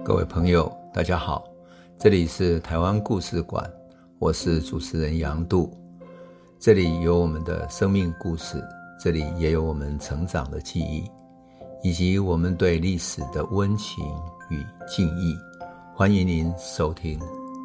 各位朋友大家好，这里是台湾故事馆，我是主持人杨度。这里有我们的生命故事，这里也有我们成长的记忆，以及我们对历史的温情与敬意。欢迎您收听。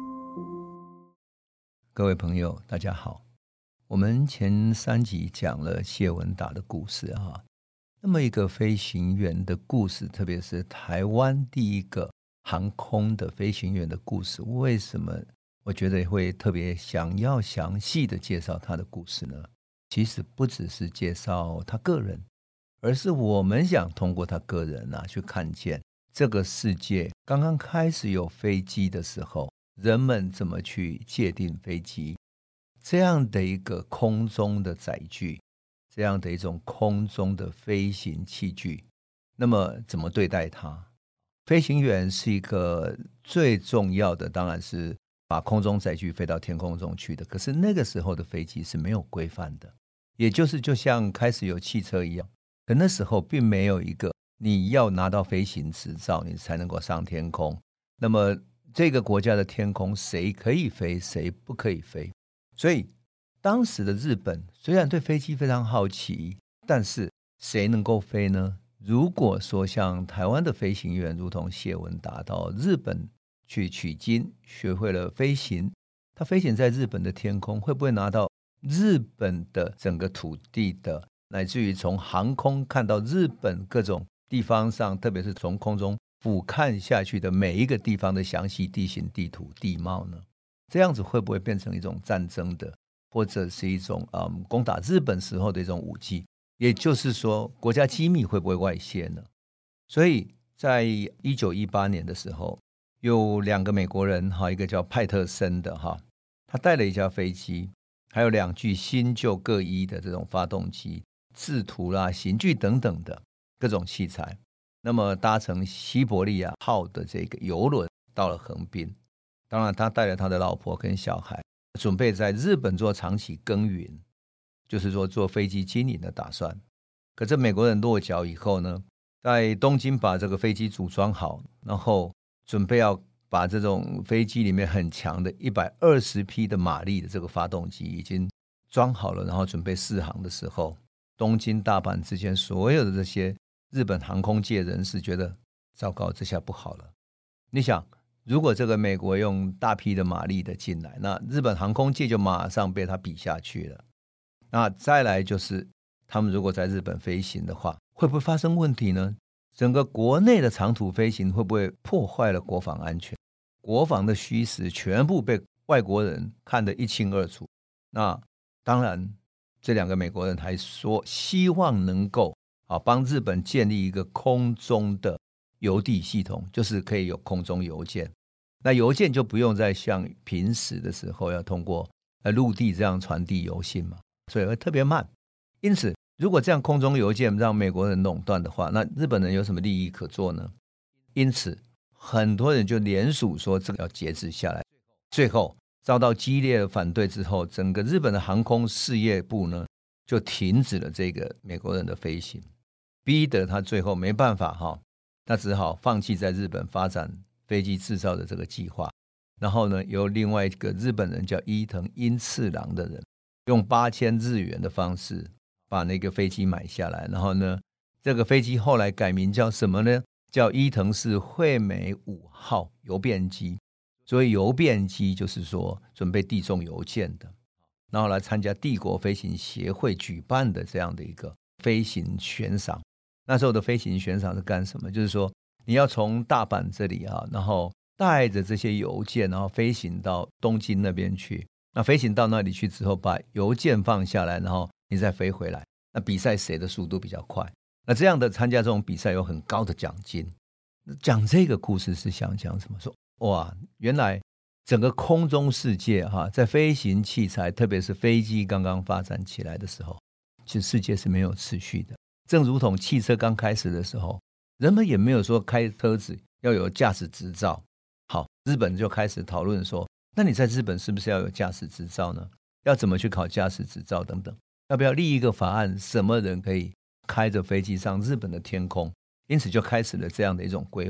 各位朋友大家好，我们前3集讲了谢文达的故事那么一个飞行员的故事，特别是台湾第一个航空的飞行员的故事，为什么我觉得会特别想要详细的介绍他的故事呢？其实不只是介绍他个人，而是我们想通过他个人去看见这个世界刚刚开始有飞机的时候，人们怎么去界定飞机，这样的一个空中的载具，这样的一种空中的飞行器具，那么怎么对待它？飞行员是一个最重要的，当然是把空中载具飞到天空中去的。可是那个时候的飞机是没有规范的，也就是就像开始有汽车一样，可那时候并没有一个你要拿到飞行执照你才能够上天空。那么这个国家的天空谁可以飞，谁不可以飞？所以当时的日本虽然对飞机非常好奇，但是谁能够飞呢？如果说像台湾的飞行员如同谢文达到日本去取经，学会了飞行，他飞行在日本的天空，会不会拿到日本的整个土地的，乃至于从航空看到日本各种地方上，特别是从空中俯瞰下去的每一个地方的详细地形、地图、地貌呢？这样子会不会变成一种战争的，或者是一种攻打日本时候的一种武器？也就是说国家机密会不会外泄呢？所以在1918年的时候，有2个美国人一个叫派特森的他带了一架飞机，还有2具新旧各一的这种发动机、制图啦、刑具等等的各种器材，那么搭乘西伯利亚号的这个邮轮到了横滨。当然他带了他的老婆跟小孩，准备在日本做长期耕耘，就是说做飞机经营的打算。可是美国人落脚以后呢，在东京把这个飞机组装好，然后准备要把这种飞机里面很强的120匹的马力的这个发动机已经装好了，然后准备试航的时候，东京大阪之间所有的这些日本航空界人士觉得糟糕，这下不好了。你想如果这个美国用大批的马力的进来，那日本航空界就马上被他比下去了。那再来就是他们如果在日本飞行的话，会不会发生问题呢？整个国内的长途飞行会不会破坏了国防安全？国防的虚实全部被外国人看得一清二楚。那当然这2个美国人还说希望能够帮日本建立一个空中的邮递系统，就是可以有空中邮件。那邮件就不用再像平时的时候要通过陆地这样传递邮信嘛，所以会特别慢。因此如果这样空中邮件让美国人垄断的话，那日本人有什么利益可做呢？因此很多人就联署说这个要节制下来。最后遭到激烈的反对之后，整个日本的航空事业部呢就停止了这个美国人的飞行，逼得他最后没办法他只好放弃在日本发展飞机制造的这个计划。然后呢，由另外一个日本人叫伊藤英次郎的人，用8000日元的方式把那个飞机买下来。然后呢，这个飞机后来改名叫什么呢？叫伊藤式惠美5号邮便机。所以邮便机就是说准备递送邮件的，然后来参加帝国飞行协会举办的这样的一个飞行悬赏。那时候的飞行悬赏是干什么？就是说你要从大阪这里然后带着这些邮件，然后飞行到东京那边去。那飞行到那里去之后，把邮件放下来，然后你再飞回来。那比赛谁的速度比较快？那这样的参加这种比赛有很高的奖金。讲这个故事是想讲什么？说哇，原来整个空中世界在飞行器材，特别是飞机刚刚发展起来的时候，其实世界是没有秩序的。正如同汽车刚开始的时候，人们也没有说开车子要有驾驶执照。好，日本就开始讨论说，那你在日本是不是要有驾驶执照呢？要怎么去考驾驶执照等等？要不要立一个法案，什么人可以开着飞机上日本的天空？因此就开始了这样的一种规划。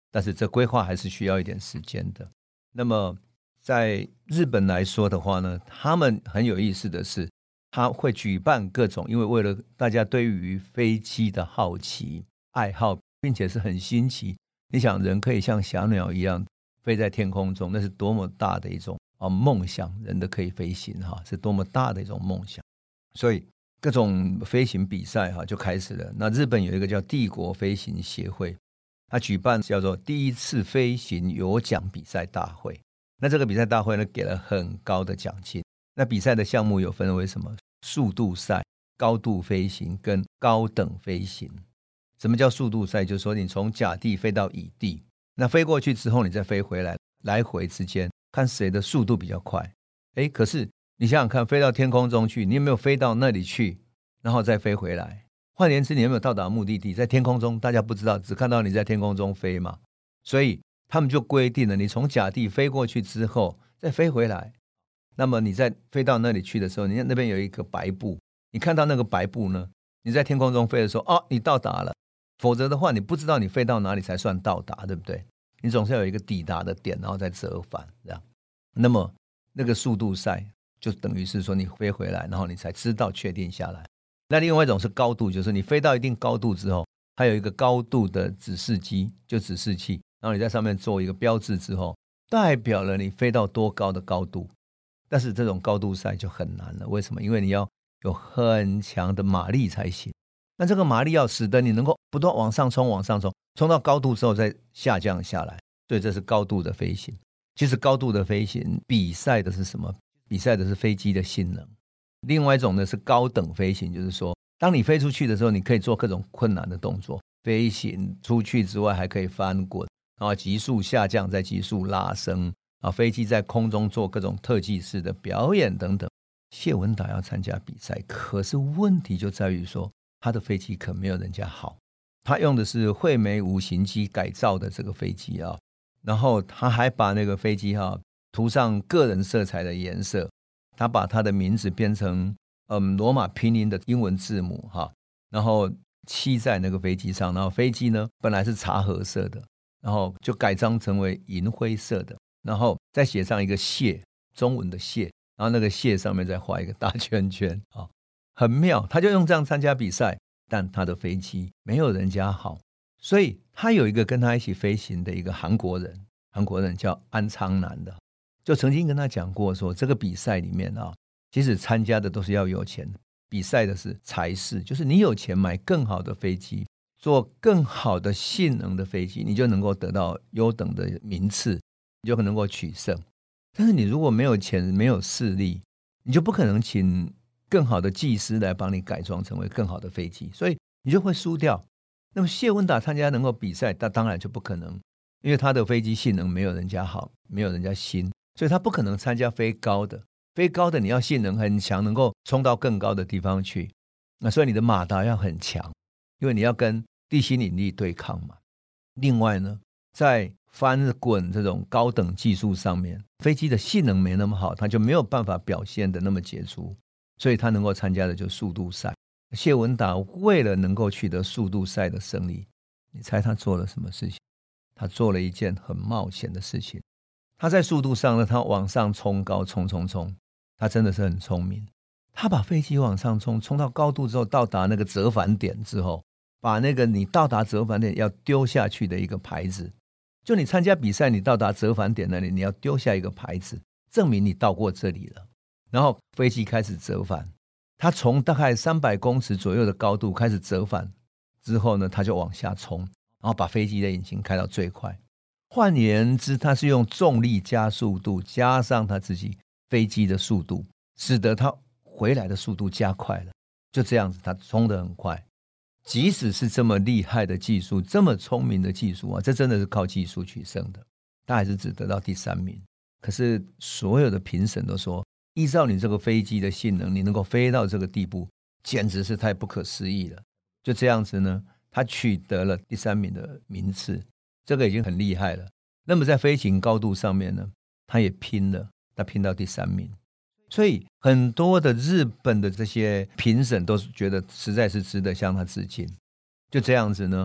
但是这规划还是需要一点时间的。那么在日本来说的话呢，他们很有意思的是，他会举办各种，因为为了大家对于飞机的好奇爱好，并且是很新奇。你想人可以像小鸟一样飞在天空中，那是多么大的一种梦想，人的可以飞行是多么大的一种梦想。所以各种飞行比赛就开始了。那日本有一个叫帝国飞行协会，他举办叫做第一次飞行有奖比赛大会。那这个比赛大会呢，给了很高的奖金。那比赛的项目有分为什么？速度赛、高度飞行跟高等飞行。什么叫速度赛？就是说你从甲地飞到乙地，那飞过去之后你再飞回来，来回之间看谁的速度比较快。可是你想想看，飞到天空中去，你有没有飞到那里去然后再飞回来？换言之，你有没有到达目的地？在天空中大家不知道，只看到你在天空中飞嘛。所以他们就规定了，你从甲地飞过去之后再飞回来，那么你在飞到那里去的时候，你那边有一个白布，你看到那个白布呢，你在天空中飞的时候你到达了。否则的话你不知道你飞到哪里才算到达，对不对？你总是要有一个抵达的点，然后再折返这样。那么那个速度赛就等于是说你飞回来，然后你才知道确定下来。那另外一种是高度，就是你飞到一定高度之后，它有一个高度的指示机，就指示器，然后你在上面做一个标志之后，代表了你飞到多高的高度。但是这种高度赛就很难了，为什么？因为你要有很强的马力才行。那这个马力要使得你能够不断往上冲，往上冲，冲到高度之后再下降下来，所以这是高度的飞行。其实高度的飞行比赛的是什么？比赛的是飞机的性能。另外一种呢是高等飞行，就是说当你飞出去的时候，你可以做各种困难的动作，飞行出去之外还可以翻滚，然后急速下降再急速拉升，飞机在空中做各种特技式的表演等等。谢文达要参加比赛，可是问题就在于说他的飞机可没有人家好，他用的是惠美五型机改造的这个飞机然后他还把那个飞机涂上个人色彩的颜色，他把他的名字变成罗马拼音的英文字母然后漆在那个飞机上，然后飞机呢本来是茶褐色的，然后就改装成为银灰色的，然后再写上一个谢，中文的谢，然后那个谢上面再画一个大圈圈很妙。他就用这样参加比赛，但他的飞机没有人家好，所以他有一个跟他一起飞行的一个韩国人叫安昌南的，就曾经跟他讲过说，这个比赛里面其实参加的都是要有钱，比赛的是才是，就是你有钱买更好的飞机，做更好的性能的飞机，你就能够得到优等的名次，你就能够取胜。但是你如果没有钱没有势力，你就不可能请更好的技师来帮你改装成为更好的飞机，所以你就会输掉。那么谢文达参加能够比赛，他当然就不可能，因为他的飞机性能没有人家好，没有人家新，所以他不可能参加飞高的。飞高的你要性能很强，能够冲到更高的地方去，那所以你的马达要很强，因为你要跟地心引力对抗嘛。另外呢，在翻滚这种高等技术上面，飞机的性能没那么好，它就没有办法表现的那么杰出，所以他能够参加的就是速度赛。谢文达为了能够取得速度赛的胜利，你猜他做了什么事情？他做了一件很冒险的事情。他在速度上呢，他往上冲高，冲，他真的是很聪明。他把飞机往上冲，冲到高度之后，到达那个折返点之后，把那个你到达折返点要丢下去的一个牌子，就你参加比赛，你到达折返点那里，你要丢下一个牌子，证明你到过这里了。然后飞机开始折返，他从大概300公尺左右的高度开始折返之后呢，他就往下冲，然后把飞机的引擎开到最快。换言之，他是用重力加速度加上他自己飞机的速度，使得他回来的速度加快了。就这样子，他冲得很快。即使是这么厉害的技术，这么聪明的技术这真的是靠技术取胜的，他还是只得到第3名。可是所有的评审都说，依照你这个飞机的性能，你能够飞到这个地步，简直是太不可思议了。就这样子呢，他取得了第3名的名次，这个已经很厉害了。那么在飞行高度上面呢，他也拼了，他拼到第3名。所以很多的日本的这些评审都觉得实在是值得向他致敬。就这样子呢，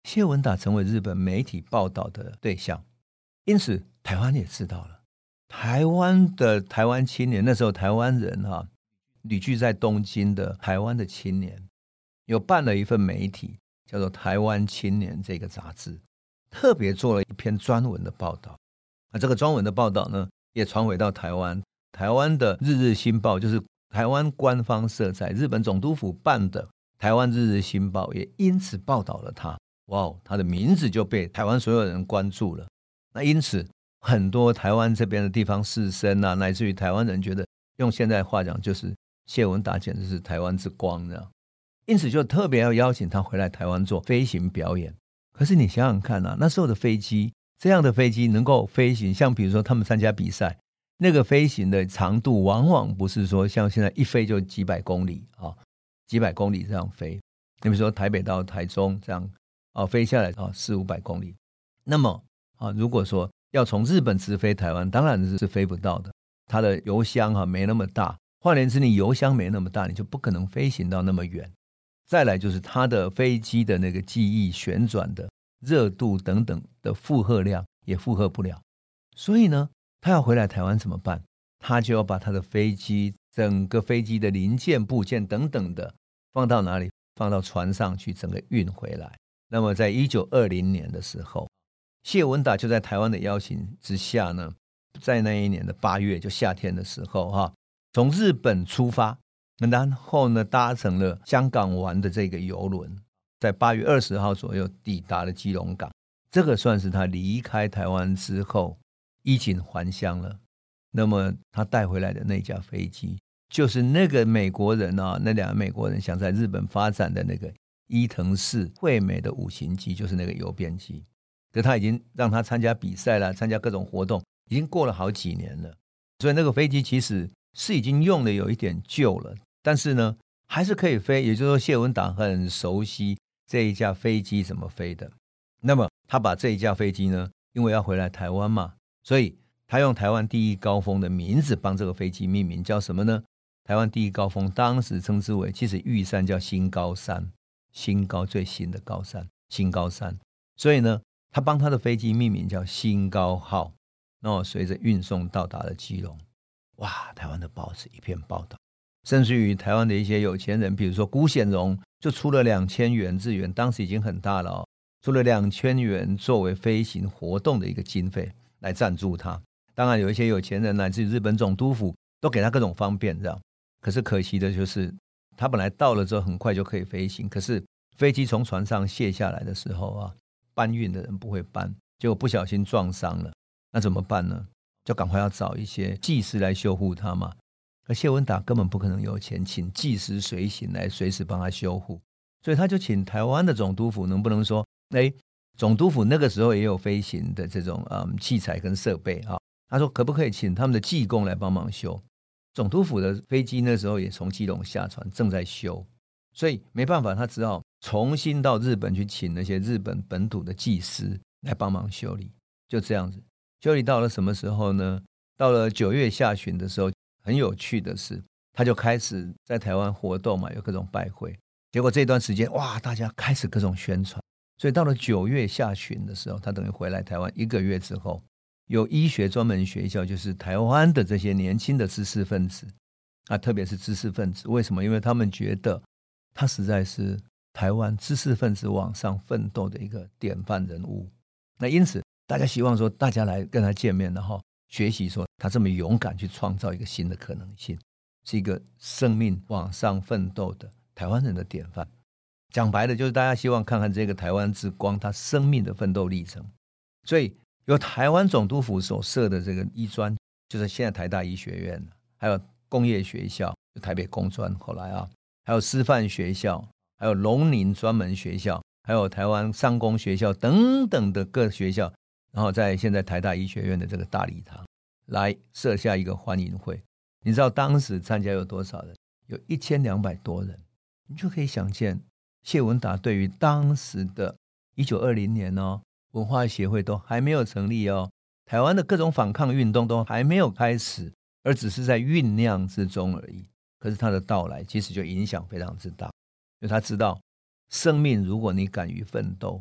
谢文达成为日本媒体报道的对象，因此台湾也知道了。台湾青年，那时候台湾人旅居在东京的台湾的青年，有办了一份媒体叫做《台湾青年》这个杂志，特别做了一篇专文的报道。这个专文的报道呢，也传回到台湾。台湾的《日日新报》就是台湾官方社在日本总督府办的《台湾日日新报》，也因此报道了他。哇，他的名字就被台湾所有人关注了。那因此很多台湾这边的地方士绅乃至于台湾人觉得，用现在话讲就是谢文达简直是台湾之光这样。因此就特别要邀请他回来台湾做飞行表演。可是你想想看那时候的飞机，这样的飞机能够飞行，像比如说他们参加比赛，那个飞行的长度往往不是说像现在一飞就几百公里几百公里这样飞。比如说台北到台中这样飞下来400-500公里。那么如果说要从日本直飞台湾，当然是飞不到的。它的油箱没那么大，换言之你油箱没那么大，你就不可能飞行到那么远。再来就是它的飞机的那个机翼旋转的热度等等的负荷量也负荷不了。所以呢，他要回来台湾怎么办？他就要把他的飞机整个飞机的零件部件等等的放到哪里？放到船上去，整个运回来。那么在1920年的时候，谢文达就在台湾的邀请之下呢，在那一年的8月，就夏天的时候从日本出发，然后呢搭乘了香港湾的这个邮轮，在8月20号左右抵达了基隆港。这个算是他离开台湾之后衣锦还乡了。那么他带回来的那架飞机，就是那个美国人那两个美国人想在日本发展的那个伊藤氏惠美的5型机，就是那个邮便机。可他已经让他参加比赛了，参加各种活动，已经过了好几年了。所以那个飞机其实是已经用的有一点旧了，但是呢还是可以飞。也就是说谢文达很熟悉这一架飞机怎么飞的。那么他把这一架飞机呢，因为要回来台湾嘛，所以他用台湾第一高峰的名字帮这个飞机命名，叫什么呢？台湾第一高峰当时称之为，其实玉山叫新高山，新高最新的高山，新高山。所以呢他帮他的飞机命名叫新高号。随着运送到达了基隆，哇，台湾的报纸一片报道，甚至于台湾的一些有钱人，比如说辜显荣就出了2000元日元，当时已经很大了出了2000元作为飞行活动的一个经费来赞助他。当然有一些有钱人乃至日本总督府都给他各种方便这样。可是可惜的就是他本来到了之后很快就可以飞行，可是飞机从船上卸下来的时候搬运的人不会搬，结果不小心撞伤了。那怎么办呢？就赶快要找一些技师来修护它嘛。而谢文达根本不可能有钱请技师随行来随时帮他修护，所以他就请台湾的总督府能不能说总督府那个时候也有飞行的这种器材跟设备他说可不可以请他们的技工来帮忙修。总督府的飞机那时候也从基隆下船正在修，所以没办法，他只好重新到日本去请那些日本本土的技师来帮忙修理。就这样子修理到了什么时候呢？到了9月下旬的时候，很有趣的是他就开始在台湾活动嘛，有各种拜会。结果这段时间哇，大家开始各种宣传，所以到了9月下旬的时候，他等于回来台湾1个月之后，有医学专门学校，就是台湾的这些年轻的知识分子特别是知识分子。为什么？因为他们觉得他实在是台湾知识分子往上奋斗的一个典范人物。那因此大家希望说大家来跟他见面，然后学习说他这么勇敢去创造一个新的可能性，是一个生命往上奋斗的台湾人的典范。讲白了就是大家希望看看这个台湾之光他生命的奋斗历程。所以由台湾总督府所设的这个医专，就是现在台大医学院，还有工业学校台北工专，后来还有师范学校，还有农林专门学校，还有台湾商工学校等等的各学校，然后在现在台大医学院的这个大礼堂来设下一个欢迎会。你知道当时参加有多少人？有1200多人。你就可以想见谢文达对于当时的1920年文化协会都还没有成立台湾的各种反抗运动都还没有开始，而只是在酝酿之中而已。可是他的到来其实就影响非常之大，因为他知道生命如果你敢于奋斗，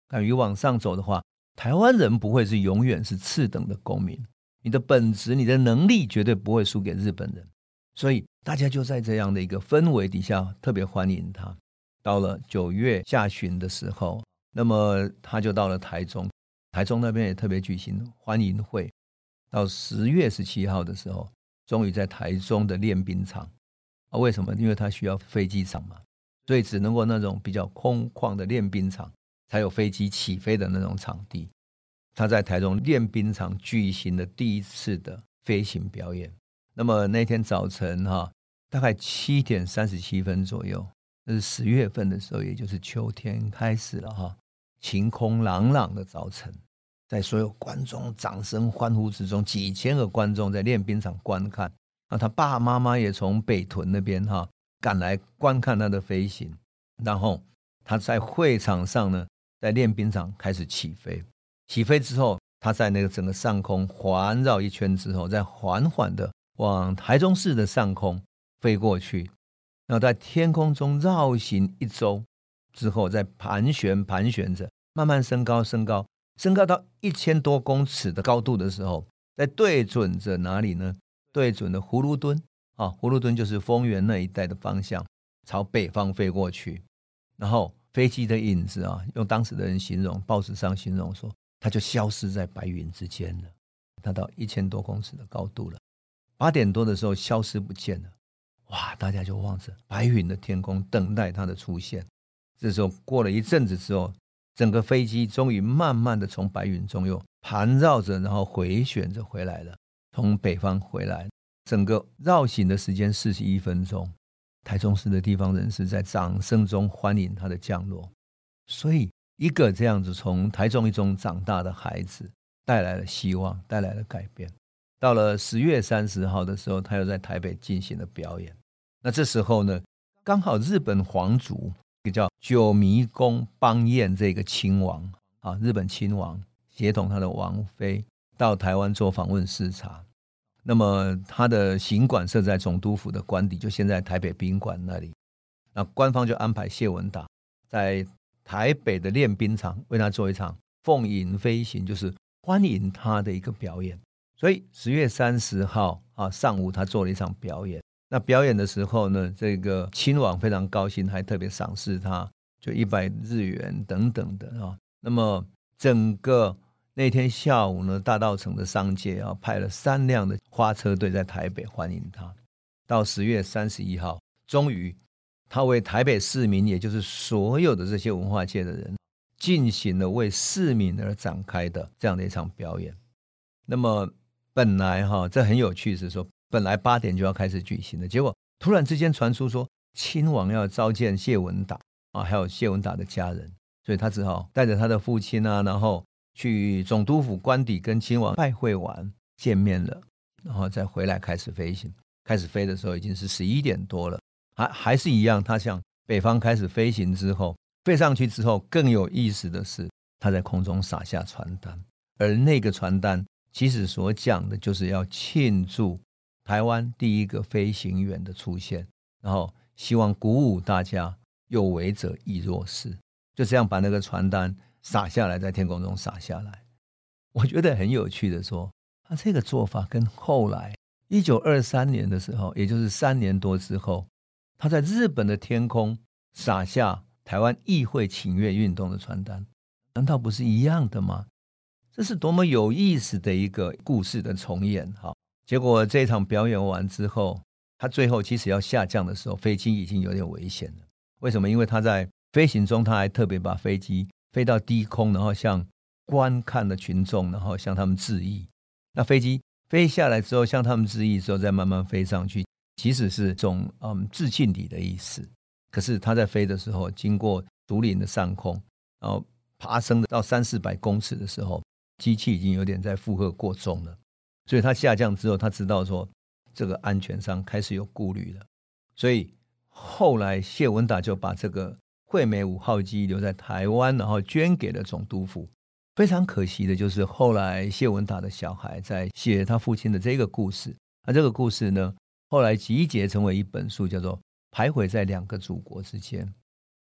敢于往上走的话，台湾人不会是永远是次等的公民，你的本质你的能力绝对不会输给日本人。所以大家就在这样的一个氛围底下特别欢迎他。到了9月下旬的时候，那么他就到了台中，台中那边也特别举行欢迎会。到10月17号的时候，终于在台中的练兵场为什么？因为他需要飞机场嘛，所以只能够那种比较空旷的练兵场才有飞机起飞的那种场地。他在台中练兵场举行了第一次的飞行表演。那么那天早晨大概7点37分左右，那是10月份的时候，也就是秋天开始了晴空朗朗的早晨，在所有观众掌声欢呼之中，几千个观众在练兵场观看。他爸爸妈妈也从北屯那边赶来观看他的飞行。然后他在会场上呢，在练兵场开始起飞。起飞之后，他在那个整个上空环绕一圈之后，再缓缓的往台中市的上空飞过去，然后在天空中绕行1周之后，再盘旋着，慢慢升高到1000多公尺的高度的时候，再对准着哪里呢？对准了葫芦墩葫芦墩就是丰原那一带的方向，朝北方飞过去。然后飞机的影子用当时的人形容，报纸上形容说，它就消失在白云之间了。它到1000多公尺的高度了，8点多的时候消失不见了。哇，大家就望着白云的天空，等待它的出现。这时候过了一阵子之后，整个飞机终于慢慢的从白云中又盘绕着，然后回旋着回来了，从北方回来。整个绕行的时间41分钟，台中市的地方人士在掌声中欢迎他的降落。所以一个这样子从台中一中长大的孩子，带来了希望，带来了改变。到了10月30号的时候，他又在台北进行了表演。那这时候呢，刚好日本皇族一个叫九迷宫邦彦这个亲王日本亲王协同他的王妃到台湾做访问视察。那么他的行馆设在总督府的官邸，就现在台北宾馆那里。那官方就安排谢文达在台北的练兵场为他做一场奉迎飞行，就是欢迎他的一个表演。所以10月30号上午他做了一场表演。那表演的时候呢，这个亲王非常高兴，还特别赏识他，就100日元等等的那么整个那天下午呢，大稻埕的商界派了3辆的花车队在台北欢迎他。到10月31号，终于他为台北市民，也就是所有的这些文化界的人，进行了为市民而展开的这样的一场表演。那么本来这很有趣是说，本来8点就要开始举行的，结果突然之间传出说亲王要召见谢文达还有谢文达的家人，所以他只好带着他的父亲然后去总督府官邸跟亲王拜会完见面了，然后再回来开始飞行。开始飞的时候已经是11点多了，还是一样，他向北方开始飞行之后，飞上去之后更有意思的是，他在空中撒下传单，而那个传单其实所讲的就是要庆祝台湾第一个飞行员的出现，然后希望鼓舞大家，有为者亦若是，就这样把那个传单撒下来，在天空中撒下来。我觉得很有趣的说，他这个做法跟后来1923年的时候，也就是3年多之后，他在日本的天空撒下台湾议会请愿运动的传单，难道不是一样的吗？这是多么有意思的一个故事的重演。结果这场表演完之后，他最后其实要下降的时候，飞机已经有点危险了。为什么？因为他在飞行中，他还特别把飞机飞到低空，然后向观看的群众，然后向他们致意。那飞机飞下来之后，向他们致意之后，再慢慢飞上去，其实是种致敬礼的意思。可是他在飞的时候，经过竹林的上空，然后爬升到300-400公尺的时候，机器已经有点在负荷过重了，所以他下降之后，他知道说这个安全上开始有顾虑了。所以后来谢文达就把这个惠美5号机留在台湾，然后捐给了总督府。非常可惜的就是后来谢文达的小孩在写他父亲的这个故事，这个故事呢，后来集结成为一本书，叫做《徘徊在2个祖国之间》。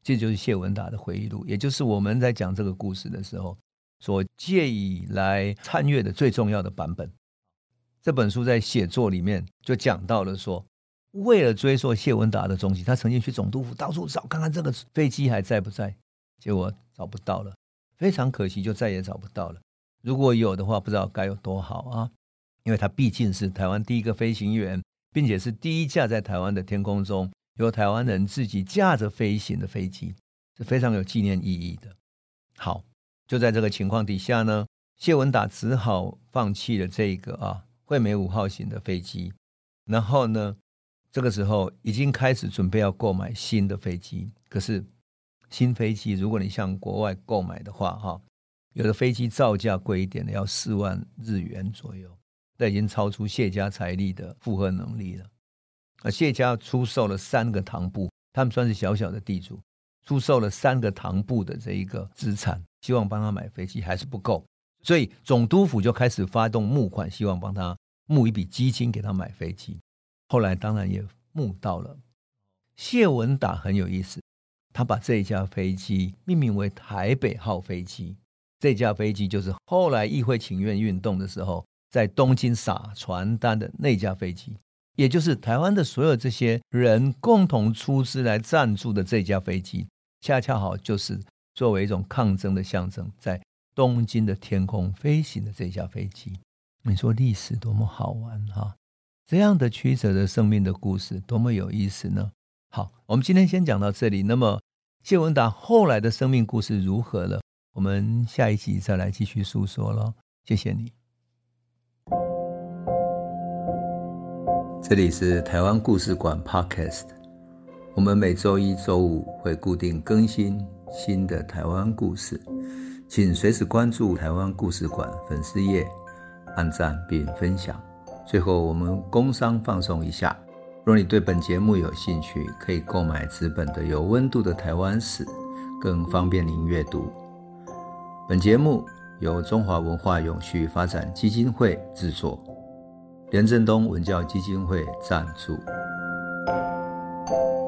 这就是谢文达的回忆录，也就是我们在讲这个故事的时候所借以来参阅的最重要的版本。这本书在写作里面就讲到了说，为了追溯谢文达的踪迹，他曾经去总督府到处找看看这个飞机还在不在，结果找不到了，非常可惜，就再也找不到了。如果有的话，不知道该有多好啊！因为他毕竟是台湾第一个飞行员，并且是第一架在台湾的天空中由台湾人自己驾着飞行的飞机，是非常有纪念意义的。好，就在这个情况底下呢，谢文达只好放弃了这个惠美5号型的飞机，然后呢，这个时候已经开始准备要购买新的飞机。可是新飞机如果你向国外购买的话，有的飞机造价贵一点的要4万日元左右，那已经超出谢家财力的负荷能力了。谢家出售了3个堂部，他们算是小小的地主，出售了3个堂部的这一个资产，希望帮他买飞机，还是不够，所以总督府就开始发动募款，希望帮他募一笔基金给他买飞机。后来当然也募到了。谢文达很有意思，他把这一架飞机命名为台北号飞机。这架飞机就是后来议会请愿运动的时候在东京撒传单的那架飞机，也就是台湾的所有这些人共同出资来赞助的这架飞机，恰恰好就是作为一种抗争的象征，在东京的天空飞行的这架飞机。你说历史多么好玩这样的曲折的生命的故事多么有意思呢？好，我们今天先讲到这里。那么谢文达后来的生命故事如何了？我们下一集再来继续诉说咯。谢谢你。这里是台湾故事馆 Podcast， 我们每周一、周五会固定更新新的台湾故事，请随时关注台湾故事馆粉丝页，按赞并分享。最后我们工商放送一下，若你对本节目有兴趣，可以购买纸本的有温度的台湾史，更方便您阅读。本节目由中华文化永续发展基金会制作，连震东文教基金会赞助。